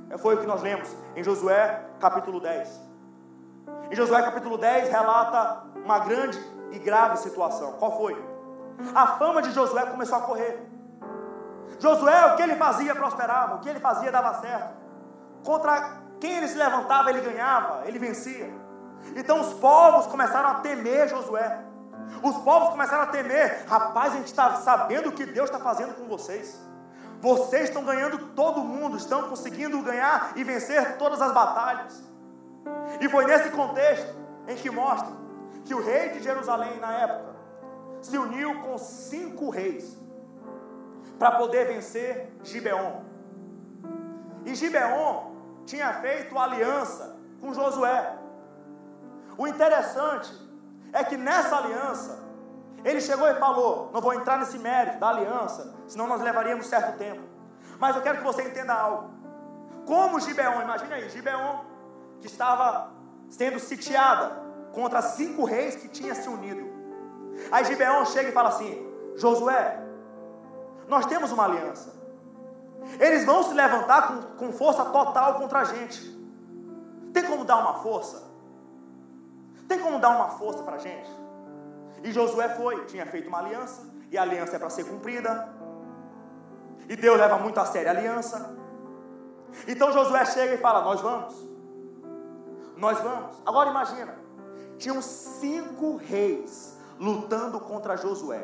Foi o que nós lemos em Josué capítulo 10. Em Josué capítulo 10 relata uma grande e grave situação. Qual foi? A fama de Josué começou a correr. Josué, o que ele fazia prosperava, o que ele fazia dava certo. Contra quem ele se levantava, ele ganhava, ele vencia. Então os povos começaram a temer Josué. Os povos começaram a temer. Rapaz, a gente está sabendo o que Deus está fazendo com vocês. Vocês estão ganhando todo mundo, estão conseguindo ganhar e vencer todas as batalhas. E foi nesse contexto em que mostra que o rei de Jerusalém na época se uniu com 5 reis para poder vencer Gibeon. E Gibeon tinha feito aliança com Josué. O interessante é que nessa aliança ele chegou e falou: não vou entrar nesse mérito da aliança, senão nós levaríamos certo tempo, mas eu quero que você entenda algo. Como Gibeon, imagina aí, Gibeon que estava sendo sitiada contra 5 reis que tinham se unido. Aí Gibeon chega e fala assim: Josué, nós temos uma aliança, eles vão se levantar com força total contra a gente. Tem como dar uma força? Tem como dar uma força para a gente? E Josué tinha feito uma aliança, e a aliança é para ser cumprida, e Deus leva muito a sério a aliança. Então Josué chega e fala: nós vamos. Agora imagina, tinham 5 reis lutando contra Josué,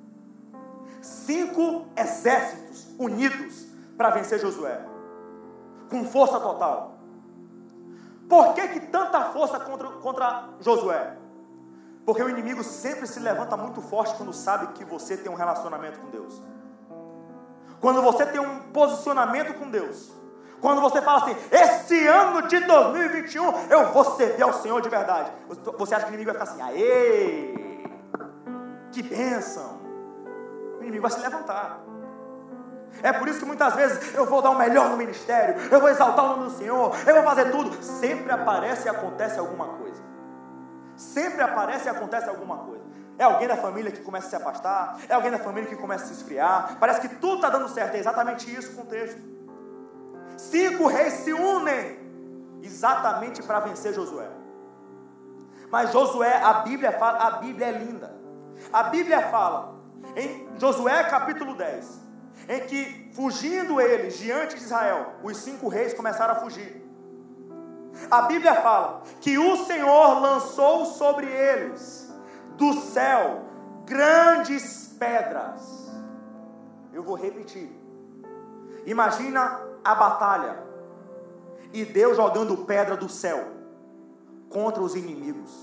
5 exércitos unidos para vencer Josué, com força total. Por que tanta força contra Josué? Porque o inimigo sempre se levanta muito forte quando sabe que você tem um relacionamento com Deus. Quando você tem um posicionamento com Deus, quando você fala assim: esse ano de 2021 eu vou servir ao Senhor de verdade, você acha que o inimigo vai ficar assim: aê, que bênção. O inimigo vai se levantar. É por isso que muitas vezes eu vou dar o melhor no ministério, eu vou exaltar o nome do Senhor, eu vou fazer tudo. Sempre aparece e acontece alguma coisa. Sempre aparece e acontece alguma coisa. É alguém da família que começa a se afastar, é alguém da família que começa a se esfriar. Parece que tudo está dando certo. É exatamente isso o contexto. 5 reis se unem exatamente para vencer Josué. Mas Josué, a Bíblia é linda. A Bíblia fala em Josué capítulo 10, em que fugindo eles diante de Israel, os 5 reis começaram a fugir. A Bíblia fala que o Senhor lançou sobre eles do céu grandes pedras. Eu vou repetir. Imagina a batalha e Deus jogando pedra do céu contra os inimigos.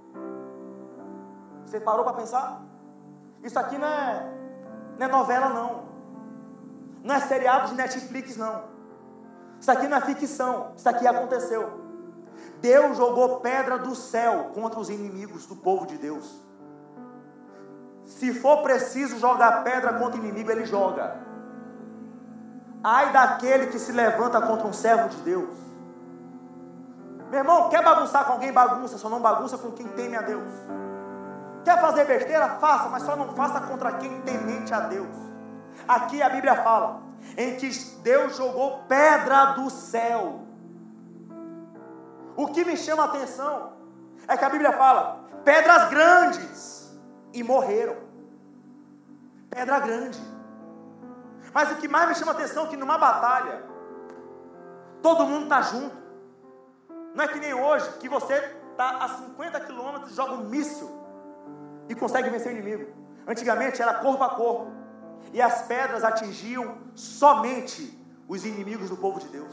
Você parou para pensar? Isso aqui não é novela não. Não é seriado de Netflix não. Isso aqui não é ficção. Isso aqui aconteceu. Deus jogou pedra do céu contra os inimigos do povo de Deus. Se for preciso jogar pedra contra o inimigo, ele joga. Ai daquele que se levanta contra um servo de Deus. Meu irmão, quer bagunçar com alguém? Bagunça, só não bagunça com quem teme a Deus. Quer fazer besteira? Faça, mas só não faça contra quem temente a Deus. Aqui a Bíblia fala em que Deus jogou pedra do céu. O que me chama a atenção é que a Bíblia fala pedras grandes e morreram. Pedra grande. Mas o que mais me chama a atenção é que numa batalha todo mundo está junto. Não é que nem hoje, que você está a 50 quilômetros, joga um míssil e consegue vencer o inimigo. Antigamente era corpo a corpo, e as pedras atingiam somente os inimigos do povo de Deus.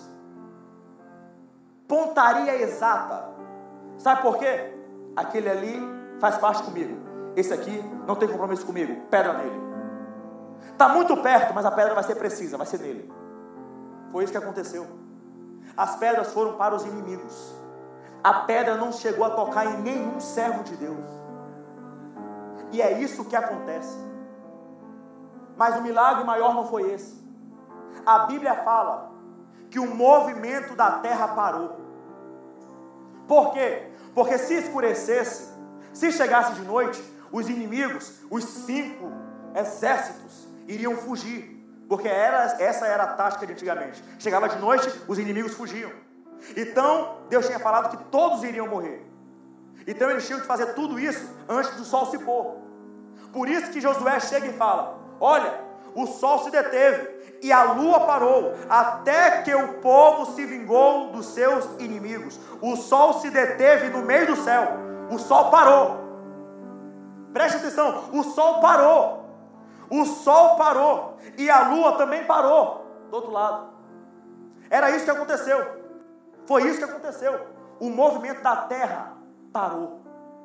Pontaria exata. Sabe por quê? Aquele ali faz parte comigo, esse aqui não tem compromisso comigo, pedra nele. Está muito perto, mas a pedra vai ser precisa, vai ser nele. Foi isso que aconteceu. As pedras foram para os inimigos. A pedra não chegou a tocar em nenhum servo de Deus. E é isso que acontece. Mas o milagre maior não foi esse. A Bíblia fala que o movimento da terra parou. Por quê? Porque se escurecesse, se chegasse de noite, os inimigos, os 5 exércitos, iriam fugir Porque essa era a tática de antigamente. Chegava de noite, os inimigos fugiam. Então, Deus tinha falado que todos iriam morrer. Então, eles tinham que fazer tudo isso antes do sol se pôr. Por isso que Josué chega e fala: olha, o sol se deteve e a lua parou, até que o povo se vingou dos seus inimigos. O sol se deteve no meio do céu. O sol parou. Preste atenção, o sol parou. O sol parou e a lua também parou do outro lado. Era isso que aconteceu. Foi isso que aconteceu. O movimento da terra parou.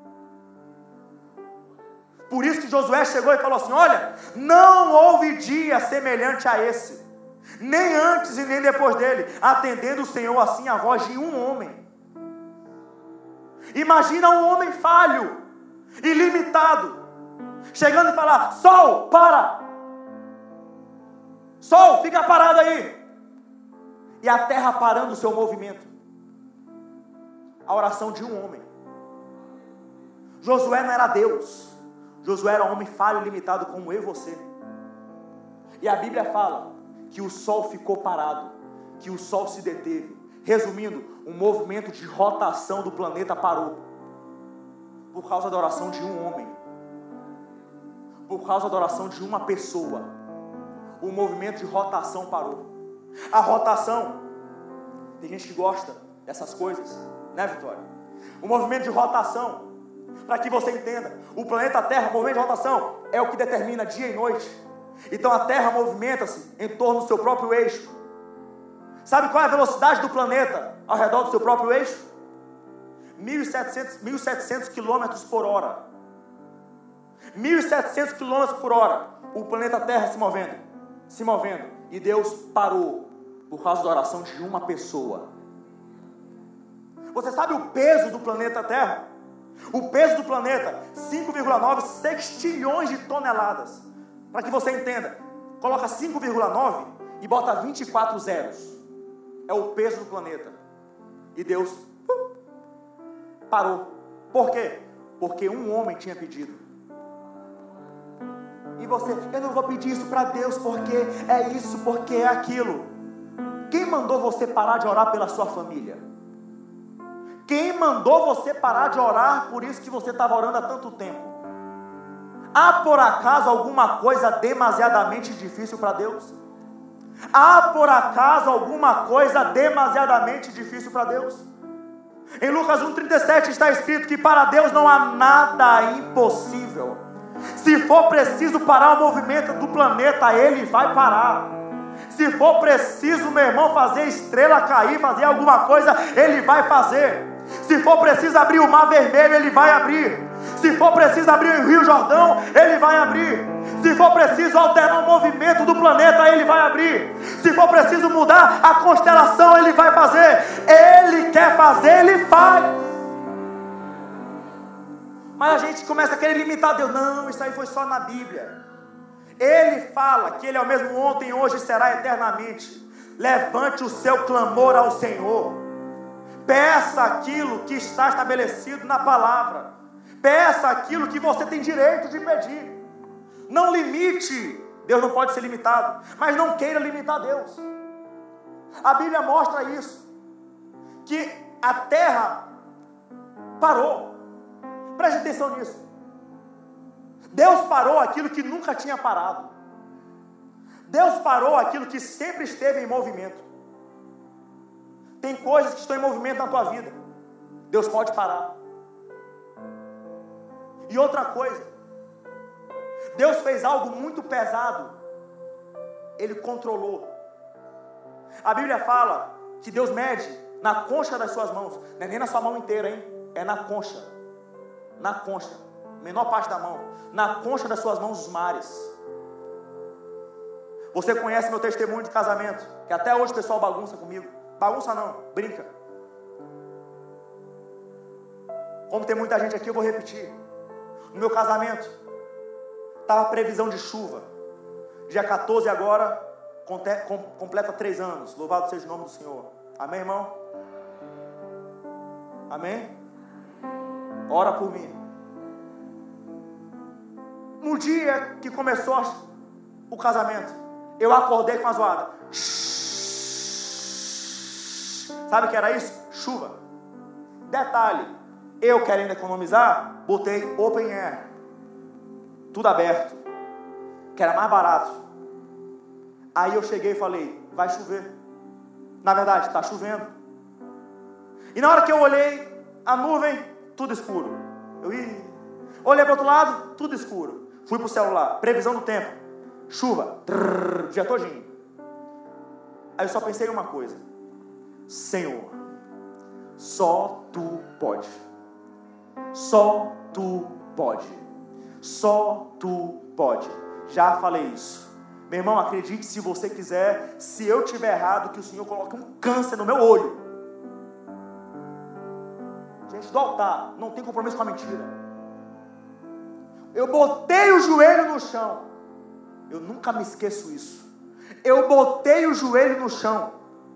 Por isso que Josué chegou e falou assim: olha, não houve dia semelhante a esse, nem antes e nem depois dele, atendendo o Senhor assim a voz de um homem. Imagina um homem falho, ilimitado, chegando e falar: sol, para! Sol, fica parado aí! E a terra parando o seu movimento. A oração de um homem. Josué não era Deus. Josué era um homem falho e limitado como eu e você. E a Bíblia fala que o sol ficou parado, que o sol se deteve. Resumindo, o movimento de rotação do planeta parou. Por causa da oração de um homem. Por causa da oração de uma pessoa. O movimento de rotação parou. A rotação, tem gente que gosta dessas coisas, né, Vitória? O movimento de rotação, para que você entenda, o planeta Terra, o movimento de rotação é o que determina dia e noite. Então a Terra movimenta-se em torno do seu próprio eixo. Sabe qual é a velocidade do planeta ao redor do seu próprio eixo? 1.700 km por hora. 1.700 km por hora. O planeta Terra se movendo. E Deus parou por causa da oração de uma pessoa. Você sabe o peso do planeta Terra? O peso do planeta, 5,9 sextilhões de toneladas. Para que você entenda, coloca 5,9 e bota 24 zeros. É o peso do planeta. E Deus parou. Por quê? Porque um homem tinha pedido. E você: eu não vou pedir isso para Deus porque é isso, porque é aquilo. Quem mandou você parar de orar pela sua família? Quem mandou você parar de orar por isso que você estava orando há tanto tempo? Há por acaso alguma coisa demasiadamente difícil para Deus? Há por acaso alguma coisa demasiadamente difícil para Deus? Em Lucas 1,37 está escrito que para Deus não há nada impossível. Se for preciso parar o movimento do planeta, Ele vai parar. Se for preciso, meu irmão, fazer estrela cair, fazer alguma coisa, Ele vai fazer. Se for preciso abrir o Mar Vermelho, Ele vai abrir. Se for preciso abrir o Rio Jordão, Ele vai abrir. Se for preciso alterar o movimento do planeta, Ele vai abrir. Se for preciso mudar a constelação, Ele vai fazer. Ele quer fazer, Ele faz. Mas a gente começa a querer limitar Deus. Não, isso aí foi só na Bíblia. Ele fala que Ele é o mesmo ontem, hoje e será eternamente. Levante o seu clamor ao Senhor. Peça aquilo que está estabelecido na palavra. Peça aquilo que você tem direito de pedir. Não limite. Deus não pode ser limitado. Mas não queira limitar Deus. A Bíblia mostra isso. Que a terra parou. Preste atenção nisso. Deus parou aquilo que nunca tinha parado. Deus parou aquilo que sempre esteve em movimento. Tem coisas que estão em movimento na tua vida. Deus pode parar. E outra coisa, Deus fez algo muito pesado. Ele controlou. A Bíblia fala que Deus mede na concha das suas mãos. Não é nem na sua mão inteira, hein? É na concha. Na concha. Menor parte da mão. Na concha das suas mãos os mares. Você conhece meu testemunho de casamento, que até hoje o pessoal bagunça comigo. Bagunça não, brinca. Como tem muita gente aqui, eu vou repetir. No meu casamento, estava previsão de chuva. Dia 14 agora, completa 3 anos. Louvado seja o nome do Senhor. Amém, irmão? Amém? Ora por mim. No dia que começou o casamento, Eu acordei com uma zoada. Sabe o que era isso? Chuva. Detalhe, eu querendo economizar, botei open air, tudo aberto, que era mais barato. Aí eu cheguei e falei, vai chover. Na verdade, está chovendo. E na hora que eu olhei, a nuvem, tudo escuro. Olhei para o outro lado, tudo escuro. Fui para o celular, previsão do tempo, chuva, dia todinho. Aí eu só pensei em uma coisa: Senhor, só Tu pode. Só Tu pode. Só Tu pode. Já falei isso. Meu irmão, acredite se você quiser, se eu tiver errado, que o Senhor coloque um câncer no meu olho. Gente, do altar, não tem compromisso com a mentira. Eu botei o joelho no chão. Eu nunca me esqueço isso. Eu botei o joelho no chão.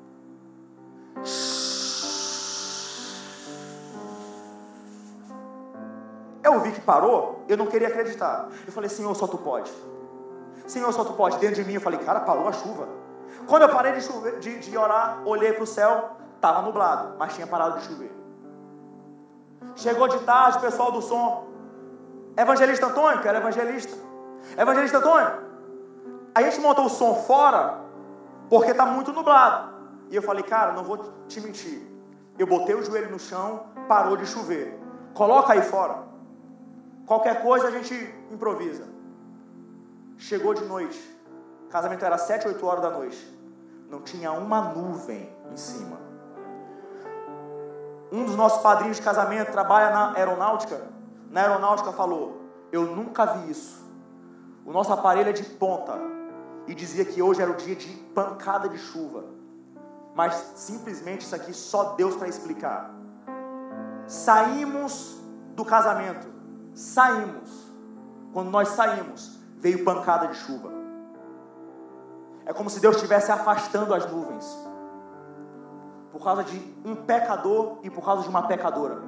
Eu vi que parou, eu não queria acreditar. Eu falei, Senhor, só Tu pode. Senhor, só Tu pode. Dentro de mim eu falei, cara, parou a chuva. Quando eu parei de orar, olhei para o céu, estava nublado, mas tinha parado de chover. Chegou de tarde, o pessoal do som, Evangelista Antônio, que era evangelista. Evangelista Antônio, a gente montou o som fora, porque está muito nublado. E eu falei, cara, não vou te mentir. Eu botei o joelho no chão, parou de chover. Coloca aí fora. Qualquer coisa a gente improvisa. Chegou de noite. O casamento era 7, 8 horas da noite. Não tinha uma nuvem em cima. Um dos nossos padrinhos de casamento trabalha na aeronáutica. Na aeronáutica falou, eu nunca vi isso. O nosso aparelho é de ponta. E dizia que hoje era o dia de pancada de chuva. Mas simplesmente isso aqui só Deus para explicar. Saímos do casamento. Saímos. Quando nós saímos, veio pancada de chuva. É como se Deus estivesse afastando as nuvens. Por causa de um pecador e por causa de uma pecadora.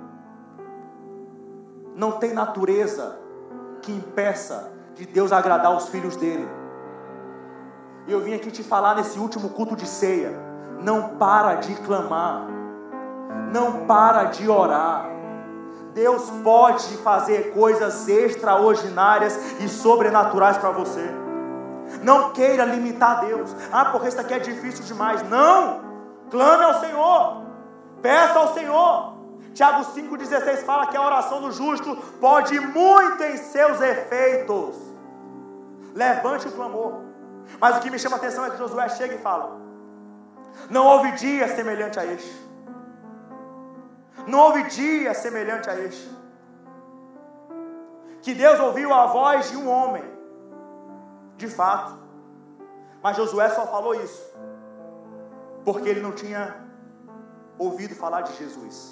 Não tem natureza que impeça de Deus agradar os filhos dele. E eu vim aqui te falar nesse último culto de ceia. Não para de clamar. Não para de orar. Deus pode fazer coisas extraordinárias e sobrenaturais para você. Não queira limitar Deus. Porque isso aqui é difícil demais. Não! Clame ao Senhor. Peça ao Senhor. Tiago 5,16 fala que a oração do justo pode ir muito em seus efeitos. Levante o clamor. Mas o que me chama a atenção é que Josué chega e fala: não houve dia semelhante a este. Não houve dia semelhante a este. Que Deus ouviu a voz de um homem. De fato. Mas Josué só falou isso porque ele não tinha ouvido falar de Jesus.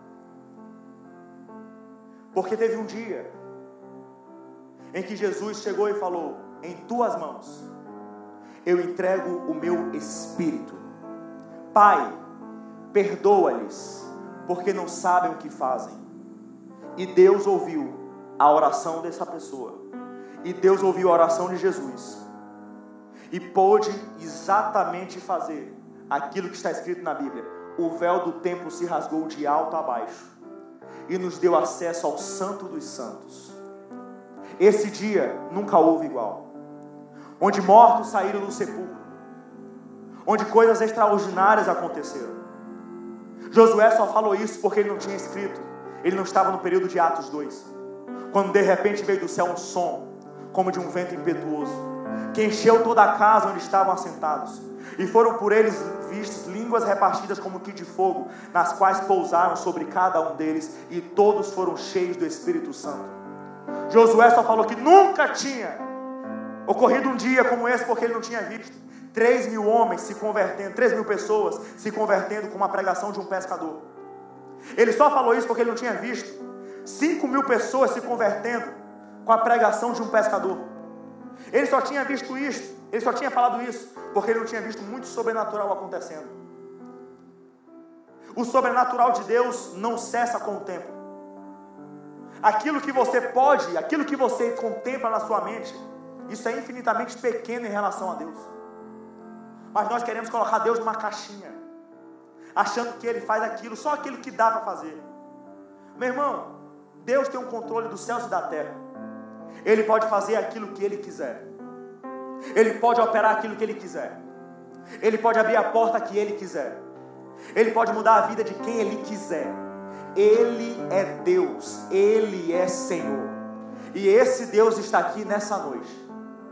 Porque teve um dia em que Jesus chegou e falou: em tuas mãos eu entrego o meu espírito. Pai, perdoa-lhes, porque não sabem o que fazem. E Deus ouviu a oração dessa pessoa. E Deus ouviu a oração de Jesus. E pôde exatamente fazer aquilo que está escrito na Bíblia. O véu do templo se rasgou de alto a baixo e nos deu acesso ao Santo dos Santos. Esse dia nunca houve igual. Onde mortos saíram do sepulcro. Onde coisas extraordinárias aconteceram. Josué só falou isso porque ele não tinha escrito. Ele não estava no período de Atos 2. Quando de repente veio do céu um som, como de um vento impetuoso, que encheu toda a casa onde estavam assentados. E foram por eles vistas línguas repartidas como que de fogo, nas quais pousaram sobre cada um deles, e todos foram cheios do Espírito Santo. Josué só falou que nunca tinha ocorrido um dia como esse, porque ele não tinha visto 3.000 homens se convertendo, 3.000 pessoas se convertendo com uma pregação de um pescador. Ele só falou isso porque ele não tinha visto 5.000 pessoas se convertendo com a pregação de um pescador. Ele só tinha visto isso, ele só tinha falado isso porque ele não tinha visto muito sobrenatural acontecendo. O sobrenatural de Deus não cessa com o tempo. Aquilo que você pode, aquilo que você contempla na sua mente, isso é infinitamente pequeno em relação a Deus. Mas nós queremos colocar Deus numa caixinha, achando que Ele faz aquilo, só aquilo que dá para fazer. Meu irmão, Deus tem um controle dos céus e da terra. Ele pode fazer aquilo que Ele quiser. Ele pode operar aquilo que Ele quiser. Ele pode abrir a porta que Ele quiser. Ele pode mudar a vida de quem Ele quiser. Ele é Deus, Ele é Senhor. E esse Deus está aqui nessa noite.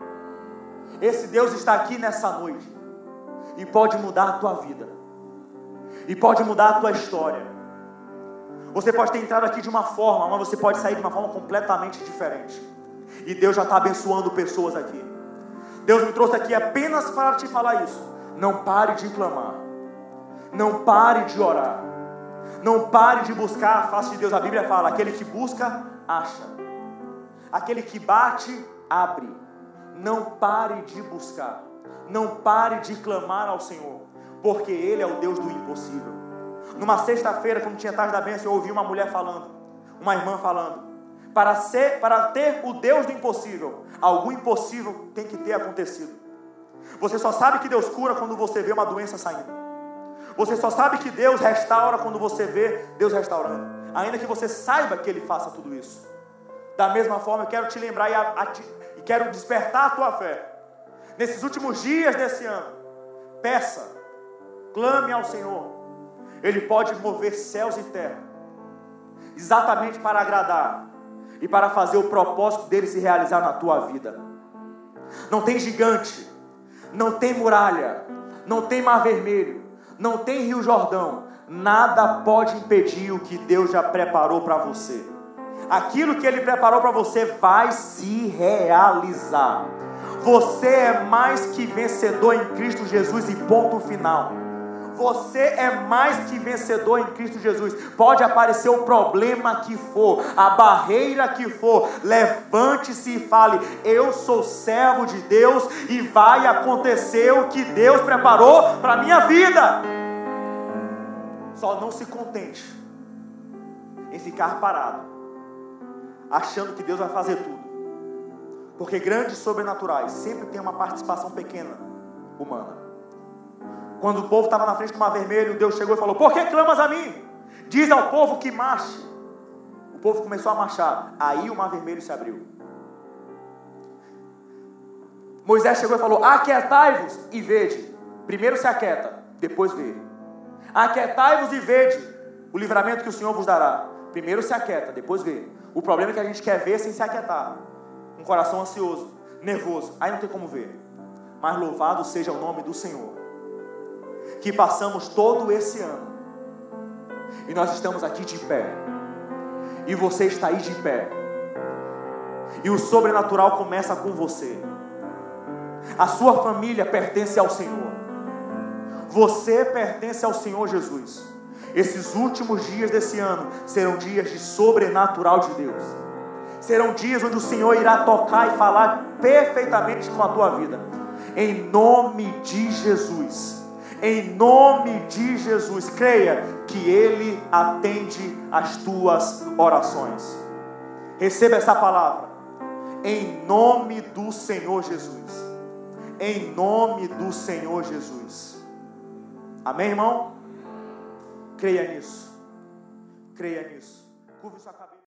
Esse Deus está aqui nessa noite. E pode mudar a tua vida. E pode mudar a tua história. Você pode ter entrado aqui de uma forma, mas você pode sair de uma forma completamente diferente. E Deus já está abençoando pessoas aqui. Deus me trouxe aqui apenas para te falar isso. Não pare de clamar. Não pare de orar. Não pare de buscar a face de Deus. A Bíblia fala, aquele que busca, acha. Aquele que bate, abre. Não pare de buscar. Não pare de clamar ao Senhor. Porque Ele é o Deus do impossível. Numa sexta-feira, quando tinha tarde da bênção, eu ouvi uma mulher falando, uma irmã falando, para ter o Deus do impossível, algo impossível tem que ter acontecido. Você só sabe que Deus cura quando você vê uma doença saindo. Você só sabe que Deus restaura quando você vê Deus restaurando. Ainda que você saiba que Ele faça tudo isso. Da mesma forma, eu quero te lembrar e quero despertar a tua fé. Nesses últimos dias desse ano, peça, clame ao Senhor. Ele pode mover céus e terra, exatamente para agradar e para fazer o propósito dele se realizar na tua vida. Não tem gigante, não tem muralha, não tem mar vermelho, não tem rio Jordão, nada pode impedir o que Deus já preparou para você. Aquilo que Ele preparou para você vai se realizar. Você é mais que vencedor em Cristo Jesus e ponto final. Você é mais que vencedor em Cristo Jesus. Pode aparecer o problema que for, a barreira que for, levante-se e fale, eu sou servo de Deus e vai acontecer o que Deus preparou para a minha vida. Só não se contente em ficar parado, achando que Deus vai fazer tudo. Porque grandes sobrenaturais sempre tem uma participação pequena, humana. Quando o povo estava na frente do mar vermelho, Deus chegou e falou, por que clamas a mim? Diz ao povo que marche. O povo começou a marchar. Aí o mar vermelho se abriu. Moisés chegou e falou, aquietai-vos e vede. Primeiro se aquieta, depois vê. Aquietai-vos e vede o livramento que o Senhor vos dará. Primeiro se aquieta, depois vê. O problema é que a gente quer ver sem se aquietar. Um coração ansioso, nervoso. Aí não tem como ver. Mas louvado seja o nome do Senhor. Que passamos todo esse ano e nós estamos aqui de pé, e você está aí de pé, e o sobrenatural começa com você. A sua família pertence ao Senhor, você pertence ao Senhor Jesus. Esses últimos dias desse ano serão dias de sobrenatural de Deus. Serão dias onde o Senhor irá tocar e falar perfeitamente com a tua vida. Em nome de Jesus. Em nome de Jesus, creia que Ele atende as tuas orações. Receba essa palavra. Em nome do Senhor Jesus. Em nome do Senhor Jesus. Amém, irmão? Creia nisso. Creia nisso. Curve sua cabeça.